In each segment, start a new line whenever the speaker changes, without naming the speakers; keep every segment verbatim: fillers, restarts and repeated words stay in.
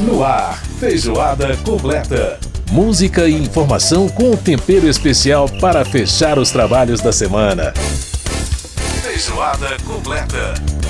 No ar, Feijoada Completa. Música e informação com um tempero especial para fechar os trabalhos da semana. Feijoada Completa.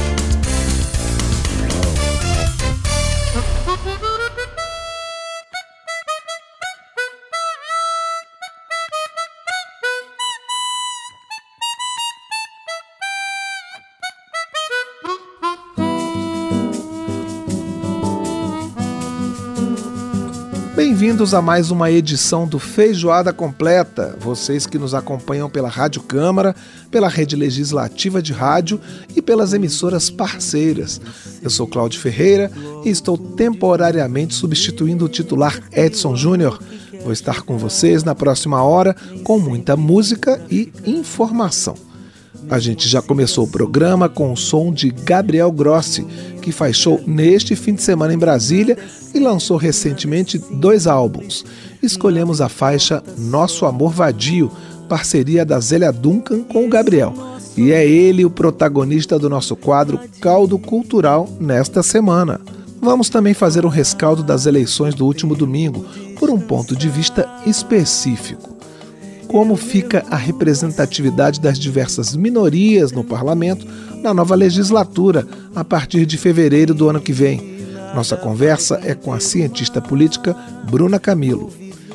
Bem-vindos a mais uma edição do Feijoada Completa, vocês que nos acompanham pela Rádio Câmara, pela Rede Legislativa de Rádio e pelas emissoras parceiras. Eu sou Cláudio Ferreira e estou temporariamente substituindo o titular Edson Júnior. Vou estar com vocês na próxima hora com muita música e informação. A gente já começou o programa com o som de Gabriel Grossi, que faz show neste fim de semana em Brasília e lançou recentemente dois álbuns. Escolhemos a faixa Nosso Amor Vadio, parceria da Zélia Duncan com o Gabriel. E é ele o protagonista do nosso quadro Caldo Cultural nesta semana. Vamos também fazer um rescaldo das eleições do último domingo, por um ponto de vista específico. Como fica a representatividade das diversas minorias no parlamento na nova legislatura, a partir de fevereiro do ano que vem. Nossa conversa é com a cientista política Bruna Camilo.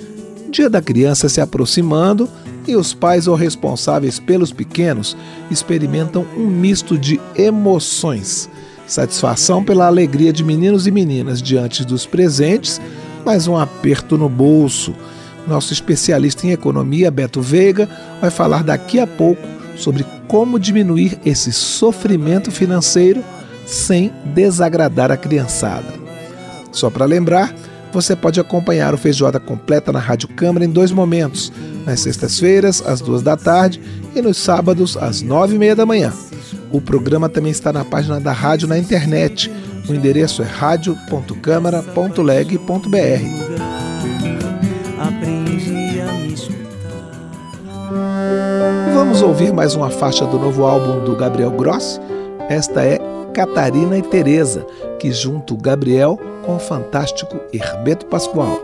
Dia da Criança se aproximando e os pais ou responsáveis pelos pequenos experimentam um misto de emoções. Satisfação pela alegria de meninos e meninas diante dos presentes, mas um aperto no bolso. Nosso especialista em economia, Beto Veiga, vai falar daqui a pouco sobre como diminuir esse sofrimento financeiro sem desagradar a criançada. Só para lembrar, você pode acompanhar o Feijoada Completa na Rádio Câmara em dois momentos, nas sextas-feiras, às duas da tarde, e nos sábados, às nove e meia da manhã. O programa também está na página da rádio na internet. O endereço é radio ponto câmara ponto leg ponto br. Vamos ouvir mais uma faixa do novo álbum do Gabriel Grossi? Esta é Catarina e Tereza, que junta o Gabriel com o fantástico Hermeto Pascoal.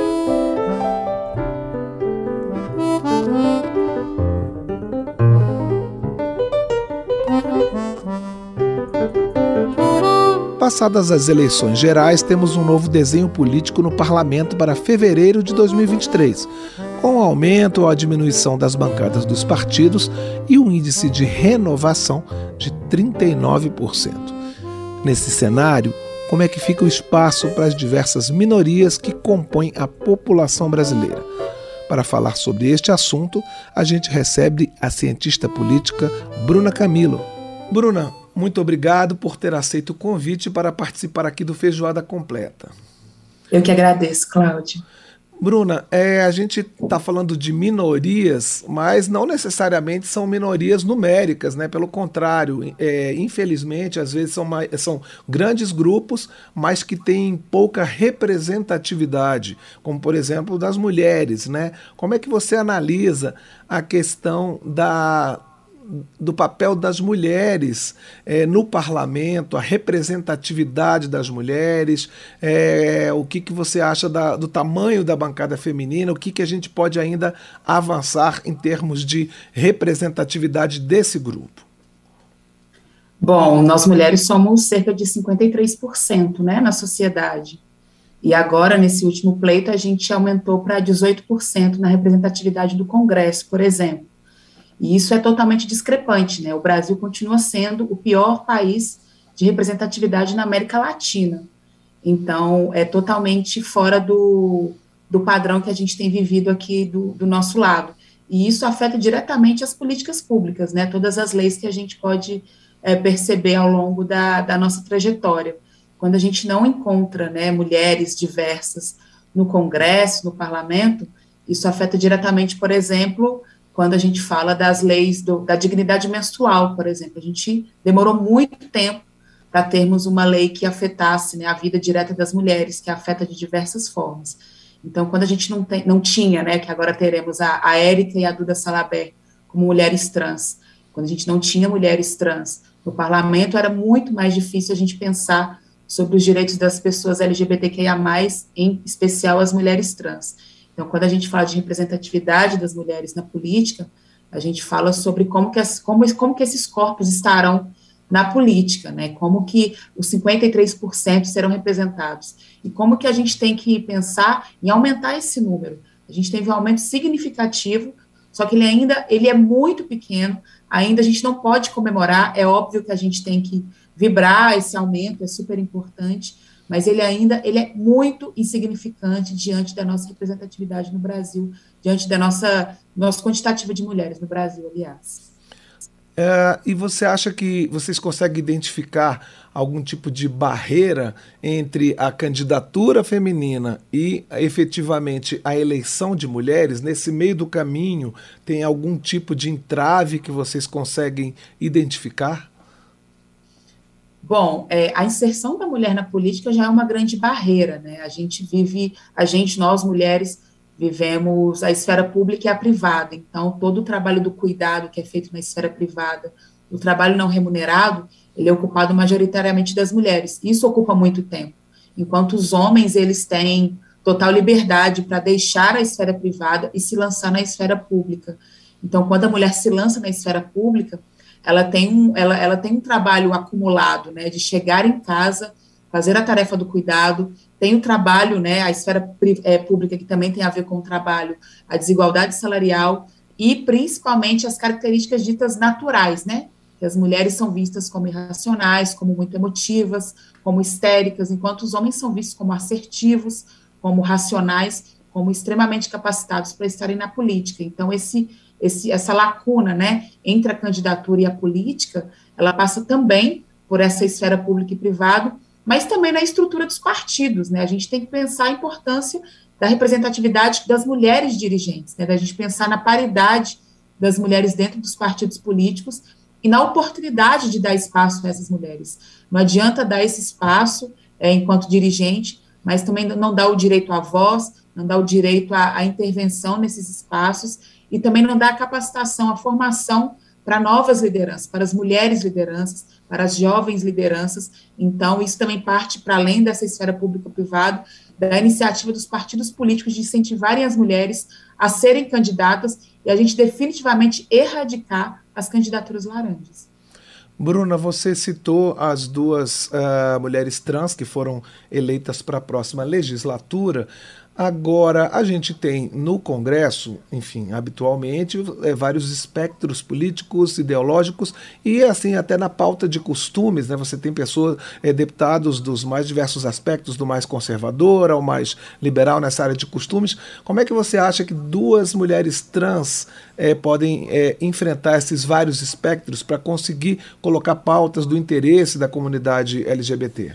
Passadas as eleições gerais, temos um novo desenho político no parlamento para fevereiro de dois mil e vinte e três, com o aumento ou a diminuição das bancadas dos partidos e um índice de renovação de trinta e nove por cento. Nesse cenário, como é que fica o espaço para as diversas minorias que compõem a população brasileira? Para falar sobre este assunto, a gente recebe a cientista política Bruna Camilo. Bruna, muito obrigado por ter aceito o convite para participar aqui do Feijoada Completa.
Eu que agradeço, Cláudio.
Bruna, é, a gente está falando de minorias, mas não necessariamente são minorias numéricas, né? Pelo contrário, é, infelizmente, às vezes são, mais, são grandes grupos, mas que têm pouca representatividade, como, por exemplo, das mulheres, né? Como é que você analisa a questão da... do papel das mulheres é, no parlamento, a representatividade das mulheres, é, o que, que você acha da, do tamanho da bancada feminina, o que, que a gente pode ainda avançar em termos de representatividade desse grupo?
Bom, nós mulheres somos cerca de cinquenta e três por cento, né, na sociedade. E agora, nesse último pleito, a gente aumentou para dezoito por cento na representatividade do Congresso, por exemplo. E isso é totalmente discrepante, né? O Brasil continua sendo o pior país de representatividade na América Latina. Então, é totalmente fora do, do padrão que a gente tem vivido aqui do, do nosso lado. E isso afeta diretamente as políticas públicas, né? Todas as leis que a gente pode é, perceber ao longo da, da nossa trajetória. Quando a gente não encontra, né, mulheres diversas no Congresso, no Parlamento, isso afeta diretamente, por exemplo, quando a gente fala das leis do, da dignidade menstrual, por exemplo. A gente demorou muito tempo para termos uma lei que afetasse, né, a vida direta das mulheres, que afeta de diversas formas. Então, quando a gente não, tem, não tinha, né, que agora teremos a, a Érica e a Duda Salabert como mulheres trans, quando a gente não tinha mulheres trans no parlamento, era muito mais difícil a gente pensar sobre os direitos das pessoas L G B T Q I A mais, em especial as mulheres trans. Então, quando a gente fala de representatividade das mulheres na política, a gente fala sobre como que, as, como, como que esses corpos estarão na política, né, como que os cinquenta e três por cento serão representados, e como que a gente tem que pensar em aumentar esse número. A gente teve um aumento significativo, só que ele ainda, ele é muito pequeno, ainda a gente não pode comemorar, é óbvio que a gente tem que vibrar esse aumento, é super importante, mas ele ainda, ele é muito insignificante diante da nossa representatividade no Brasil, diante da nossa, nossa quantitativa de mulheres no Brasil, aliás.
É, e você acha que vocês conseguem identificar algum tipo de barreira entre a candidatura feminina e efetivamente a eleição de mulheres? Nesse meio do caminho, tem algum tipo de entrave que vocês conseguem identificar?
Bom, é, a inserção da mulher na política já é uma grande barreira, né? A gente vive, a gente, nós mulheres, vivemos a esfera pública e a privada, então todo o trabalho do cuidado que é feito na esfera privada, o trabalho não remunerado, ele é ocupado majoritariamente das mulheres, isso ocupa muito tempo, enquanto os homens, eles têm total liberdade para deixar a esfera privada e se lançar na esfera pública. Então, quando a mulher se lança na esfera pública, ela tem um, ela, ela tem um trabalho acumulado, né, de chegar em casa, fazer a tarefa do cuidado, tem o trabalho, né, a esfera é, pública, que também tem a ver com o trabalho, a desigualdade salarial e, principalmente, as características ditas naturais, né, que as mulheres são vistas como irracionais, como muito emotivas, como histéricas, enquanto os homens são vistos como assertivos, como racionais, como extremamente capacitados para estarem na política. Então, esse, esse, essa lacuna, né, entre a candidatura e a política, ela passa também por essa esfera pública e privada, mas também na estrutura dos partidos, né? A gente tem que pensar a importância da representatividade das mulheres dirigentes, né? Da gente pensar na paridade das mulheres dentro dos partidos políticos e na oportunidade de dar espaço a essas mulheres. Não adianta dar esse espaço é, enquanto dirigente, mas também não dar o direito à voz, não dar o direito à, à intervenção nesses espaços e também não dar a capacitação, a formação para novas lideranças, para as mulheres lideranças, para as jovens lideranças. Então, isso também parte para além dessa esfera pública-privada, da iniciativa dos partidos políticos de incentivarem as mulheres a serem candidatas e a gente definitivamente erradicar as candidaturas laranjas.
Bruna, você citou as duas uh, mulheres trans que foram eleitas para a próxima legislatura. Agora, a gente tem no Congresso, enfim, habitualmente, é, vários espectros políticos, ideológicos e, assim, até na pauta de costumes, né? Você tem pessoas, é, deputados dos mais diversos aspectos, do mais conservador ao mais liberal nessa área de costumes. Como é que você acha que duas mulheres trans é, podem é, enfrentar esses vários espectros para conseguir colocar pautas do interesse da comunidade L G B T?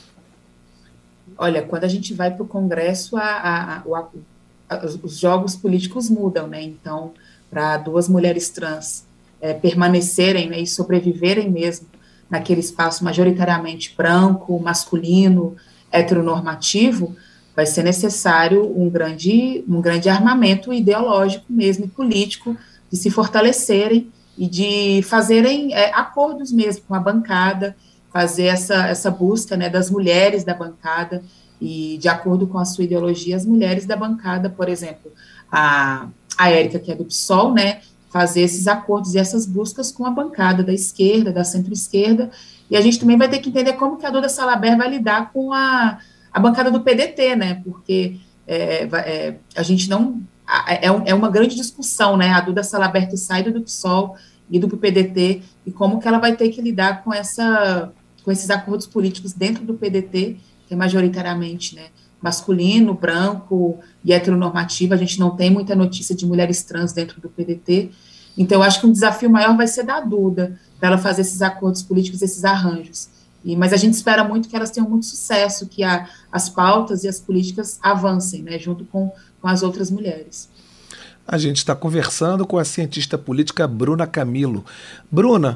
Olha, quando a gente vai para o Congresso, a, a, a, a, os jogos políticos mudam, né? Então, para duas mulheres trans é, permanecerem, né, e sobreviverem mesmo naquele espaço majoritariamente branco, masculino, heteronormativo, vai ser necessário um grande, um grande armamento ideológico mesmo e político de se fortalecerem e de fazerem é, acordos mesmo com a bancada, fazer essa, essa busca, né, das mulheres da bancada e, de acordo com a sua ideologia, as mulheres da bancada, por exemplo, a, a Érica, que é do P SOL, né, fazer esses acordos e essas buscas com a bancada da esquerda, da centro-esquerda, e a gente também vai ter que entender como que a Duda Salabert vai lidar com a, a bancada do P D T, né, porque é, é, a gente não... É, é uma grande discussão, né, a Duda Salabert sai do P SOL e do P D T, e como que ela vai ter que lidar com essa... com esses acordos políticos dentro do P D T, que é majoritariamente, né, masculino, branco e heteronormativo. A gente não tem muita notícia de mulheres trans dentro do P D T, então eu acho que um desafio maior vai ser da Duda, para ela fazer esses acordos políticos, esses arranjos, e, mas a gente espera muito que elas tenham muito sucesso, que a, as pautas e as políticas avancem, né, junto com, com as outras mulheres.
A gente está conversando com a cientista política Bruna Camilo. Bruna,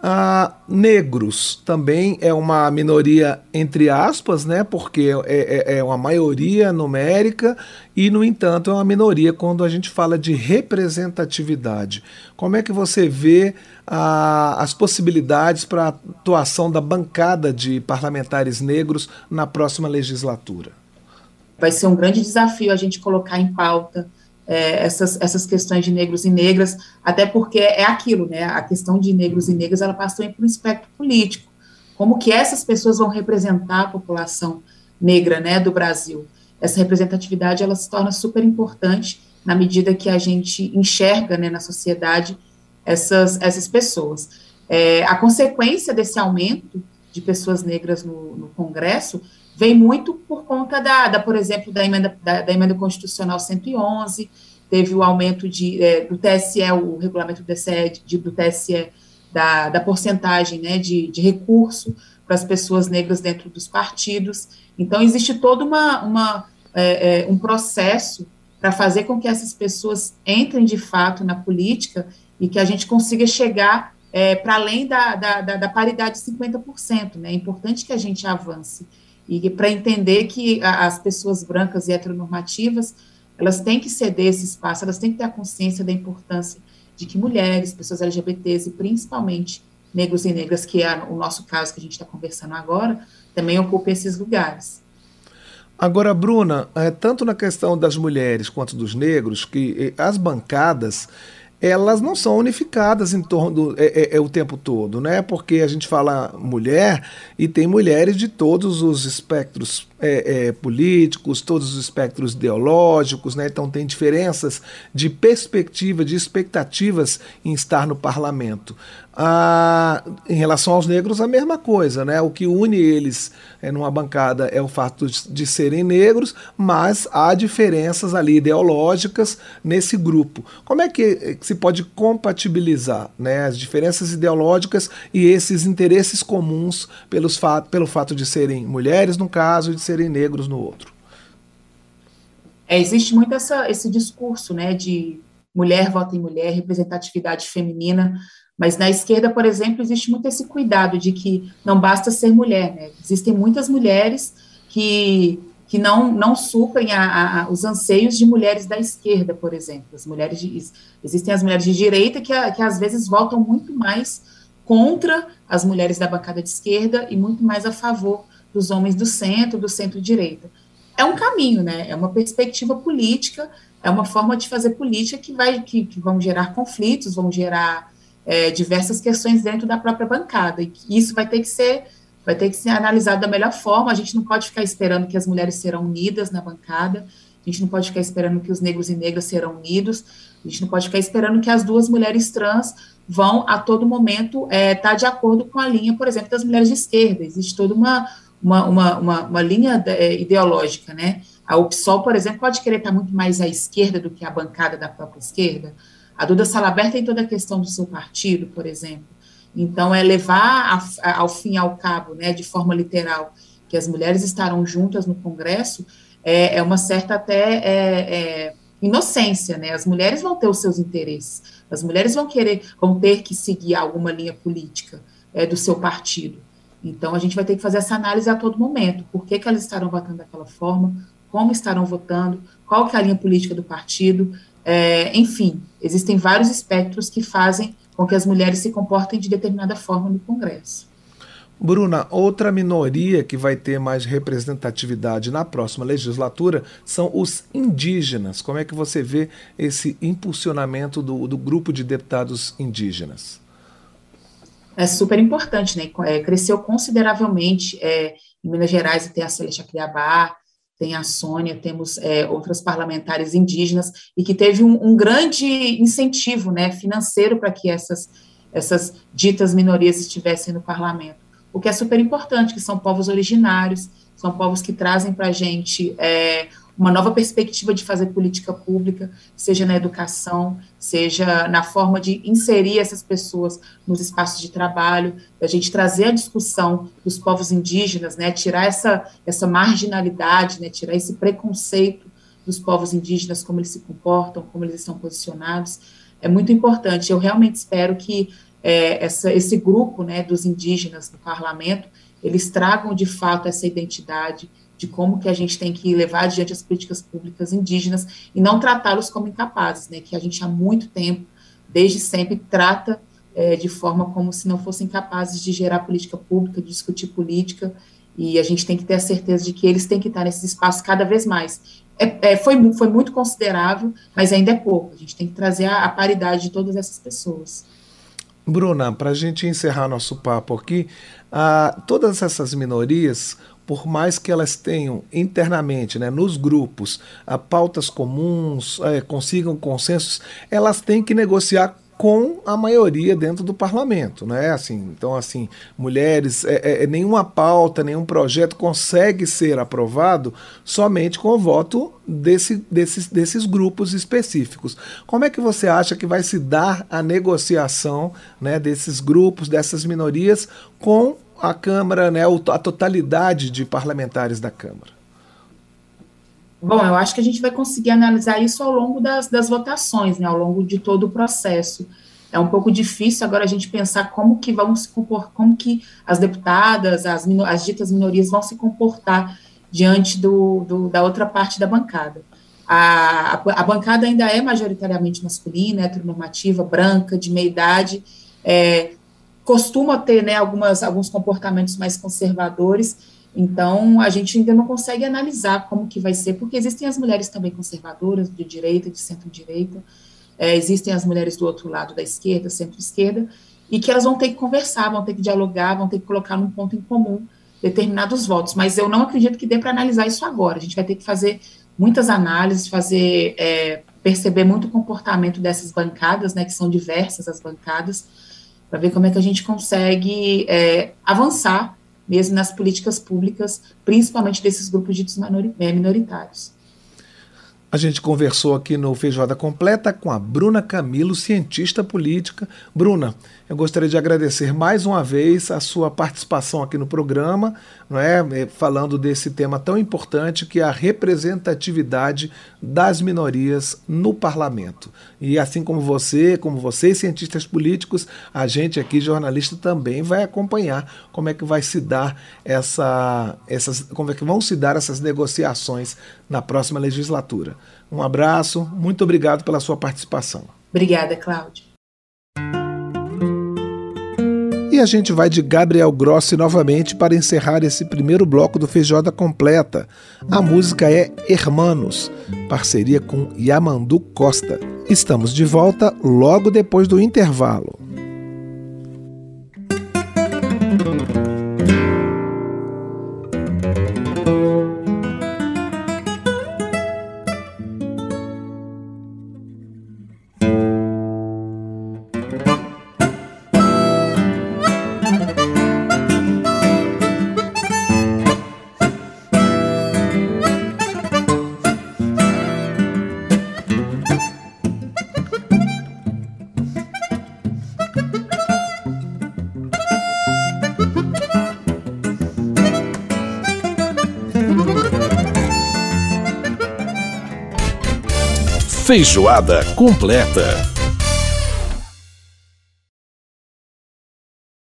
Ah, negros também é uma minoria, entre aspas, né? Porque é, é, é uma maioria numérica e, no entanto, é uma minoria quando a gente fala de representatividade. Como é que você vê ah, as possibilidades para a atuação da bancada de parlamentares negros na próxima legislatura?
Vai ser um grande desafio a gente colocar em pauta É, essas, essas questões de negros e negras, até porque é aquilo, né, a questão de negros e negras, ela passa também por um espectro político, como que essas pessoas vão representar a população negra, né, do Brasil. Essa representatividade, ela se torna super importante na medida que a gente enxerga, né, na sociedade essas, essas pessoas. É, a consequência desse aumento de pessoas negras no, no Congresso vem muito por conta da, da por exemplo, da emenda, da, da emenda constitucional cento e onze, teve o aumento de, é, do T S E, o regulamento do T S E, de, do T S E da, da porcentagem, né, de, de recurso para as pessoas negras dentro dos partidos. Então, existe todo uma, uma, é, é, um processo para fazer com que essas pessoas entrem de fato na política e que a gente consiga chegar é, para além da, da, da, da paridade de cinquenta por cento. Né? É importante que a gente avance. E para entender que as pessoas brancas e heteronormativas, elas têm que ceder esse espaço, elas têm que ter a consciência da importância de que mulheres, pessoas L G B Ts e principalmente negros e negras, que é o nosso caso que a gente está conversando agora, também ocupem esses lugares.
Agora, Bruna, é, tanto na questão das mulheres quanto dos negros, que as bancadas, elas não são unificadas em torno do, é, é, é, o tempo todo, né? Porque a gente fala mulher e tem mulheres de todos os espectros é, é, políticos, todos os espectros ideológicos, né? Então tem diferenças de perspectiva, de expectativas em estar no parlamento. Ah, em relação aos negros, a mesma coisa, né? O que une eles é, numa bancada é o fato de, de serem negros, mas há diferenças ali ideológicas nesse grupo. Como é que se pode compatibilizar, né, as diferenças ideológicas e esses interesses comuns pelos fa- pelo fato de serem mulheres, num caso, e de serem negros no outro?
É, existe muito essa, esse discurso, né, de mulher vota em mulher, representatividade feminina, mas na esquerda, por exemplo, existe muito esse cuidado de que não basta ser mulher, né? Existem muitas mulheres que, que não, não suprem a, a, os anseios de mulheres da esquerda, por exemplo. As mulheres de, existem as mulheres de direita que, que às vezes votam muito mais contra as mulheres da bancada de esquerda e muito mais a favor dos homens do centro, do centro-direita. É um caminho, né? É uma perspectiva política, é uma forma de fazer política que, vai, que, que vão gerar conflitos, vão gerar É, diversas questões dentro da própria bancada, e isso vai ter que ser, vai ter que ser analisado da melhor forma. A gente não pode ficar esperando que as mulheres serão unidas na bancada, a gente não pode ficar esperando que os negros e negras serão unidos, a gente não pode ficar esperando que as duas mulheres trans vão, a todo momento, estar é, tá de acordo com a linha, por exemplo, das mulheres de esquerda. Existe toda uma, uma, uma, uma, uma linha é, ideológica, né? A U P S O L, por exemplo, pode querer estar muito mais à esquerda do que a bancada da própria esquerda. A Duda Salabert tem toda a questão do seu partido, por exemplo. Então, é levar a, a, ao fim e ao cabo, né, de forma literal, que as mulheres estarão juntas no Congresso, é, é uma certa até é, é, inocência, né? As mulheres vão ter os seus interesses, as mulheres vão querer, vão ter que seguir alguma linha política é, do seu partido. Então, a gente vai ter que fazer essa análise a todo momento. Por que que elas estarão votando daquela forma? Como estarão votando? Qual que é a linha política do partido? É, enfim, existem vários espectros que fazem com que as mulheres se comportem de determinada forma no Congresso.
Bruna, outra minoria que vai ter mais representatividade na próxima legislatura são os indígenas. Como é que você vê esse impulsionamento do, do grupo de deputados indígenas?
É super importante, né? É, cresceu consideravelmente é, em Minas Gerais, tem a Celeste Acriabá, tem a Sônia, temos é, outras parlamentares indígenas, e que teve um, um grande incentivo, né, financeiro para que essas, essas ditas minorias estivessem no parlamento, o que é super importante, que são povos originários, são povos que trazem para a gente é, uma nova perspectiva de fazer política pública, seja na educação, seja na forma de inserir essas pessoas nos espaços de trabalho, a gente trazer a discussão dos povos indígenas, né, tirar essa, essa marginalidade, né, tirar esse preconceito dos povos indígenas, como eles se comportam, como eles estão posicionados, é muito importante. Eu realmente espero que é, essa, esse grupo, né, dos indígenas no parlamento, eles tragam de fato essa identidade de como que a gente tem que levar adiante as políticas públicas indígenas e não tratá-los como incapazes, né, que a gente há muito tempo, desde sempre, trata é, de forma como se não fossem capazes de gerar política pública, de discutir política, e a gente tem que ter a certeza de que eles têm que estar nesses espaços cada vez mais. É, é, foi, foi muito considerável, mas ainda é pouco, a gente tem que trazer a, a paridade de todas essas pessoas.
Bruna, para a gente encerrar nosso papo aqui, ah, todas essas minorias, por mais que elas tenham internamente, né, nos grupos, a pautas comuns, é, consigam consensos, elas têm que negociar com a maioria dentro do parlamento, né? Assim, então, assim, mulheres, é, é, nenhuma pauta, nenhum projeto consegue ser aprovado somente com o voto desse, desses, desses grupos específicos. Como é que você acha que vai se dar a negociação, né, desses grupos, dessas minorias, com a Câmara, né, a totalidade de parlamentares da Câmara?
Bom, eu acho que a gente vai conseguir analisar isso ao longo das, das votações, né, ao longo de todo o processo. É um pouco difícil agora a gente pensar como que vão se comportar, como que as deputadas, as, as ditas minorias vão se comportar diante do, do, da outra parte da bancada. A, a, a bancada ainda é majoritariamente masculina, heteronormativa, branca, de meia idade, é, costuma ter, né, algumas, alguns comportamentos mais conservadores. Então, a gente ainda não consegue analisar como que vai ser, porque existem as mulheres também conservadoras, de direita, de centro-direita, é, existem as mulheres do outro lado da esquerda, centro-esquerda, e que elas vão ter que conversar, vão ter que dialogar, vão ter que colocar num ponto em comum determinados votos, mas eu não acredito que dê para analisar isso agora, a gente vai ter que fazer muitas análises, fazer, é, perceber muito o comportamento dessas bancadas, né, que são diversas as bancadas, para ver como é que a gente consegue é, avançar mesmo nas políticas públicas, principalmente desses grupos ditos minoritários.
A gente conversou aqui no Feijoada Completa com a Bruna Camilo, cientista política. Bruna, eu gostaria de agradecer mais uma vez a sua participação aqui no programa, não é? Falando desse tema tão importante que é a representatividade das minorias no parlamento. E assim como você, como vocês, cientistas políticos, a gente aqui, jornalista, também vai acompanhar como é que vai se dar essa, essas, como é que vão se dar essas negociações na próxima legislatura. Um abraço, muito obrigado pela sua participação.
Obrigada, Cláudio.
E a gente vai de Gabriel Grossi novamente para encerrar esse primeiro bloco do Feijoada Completa. A música é Hermanos, parceria com Yamandu Costa. Estamos de volta logo depois do intervalo.
Feijoada Completa.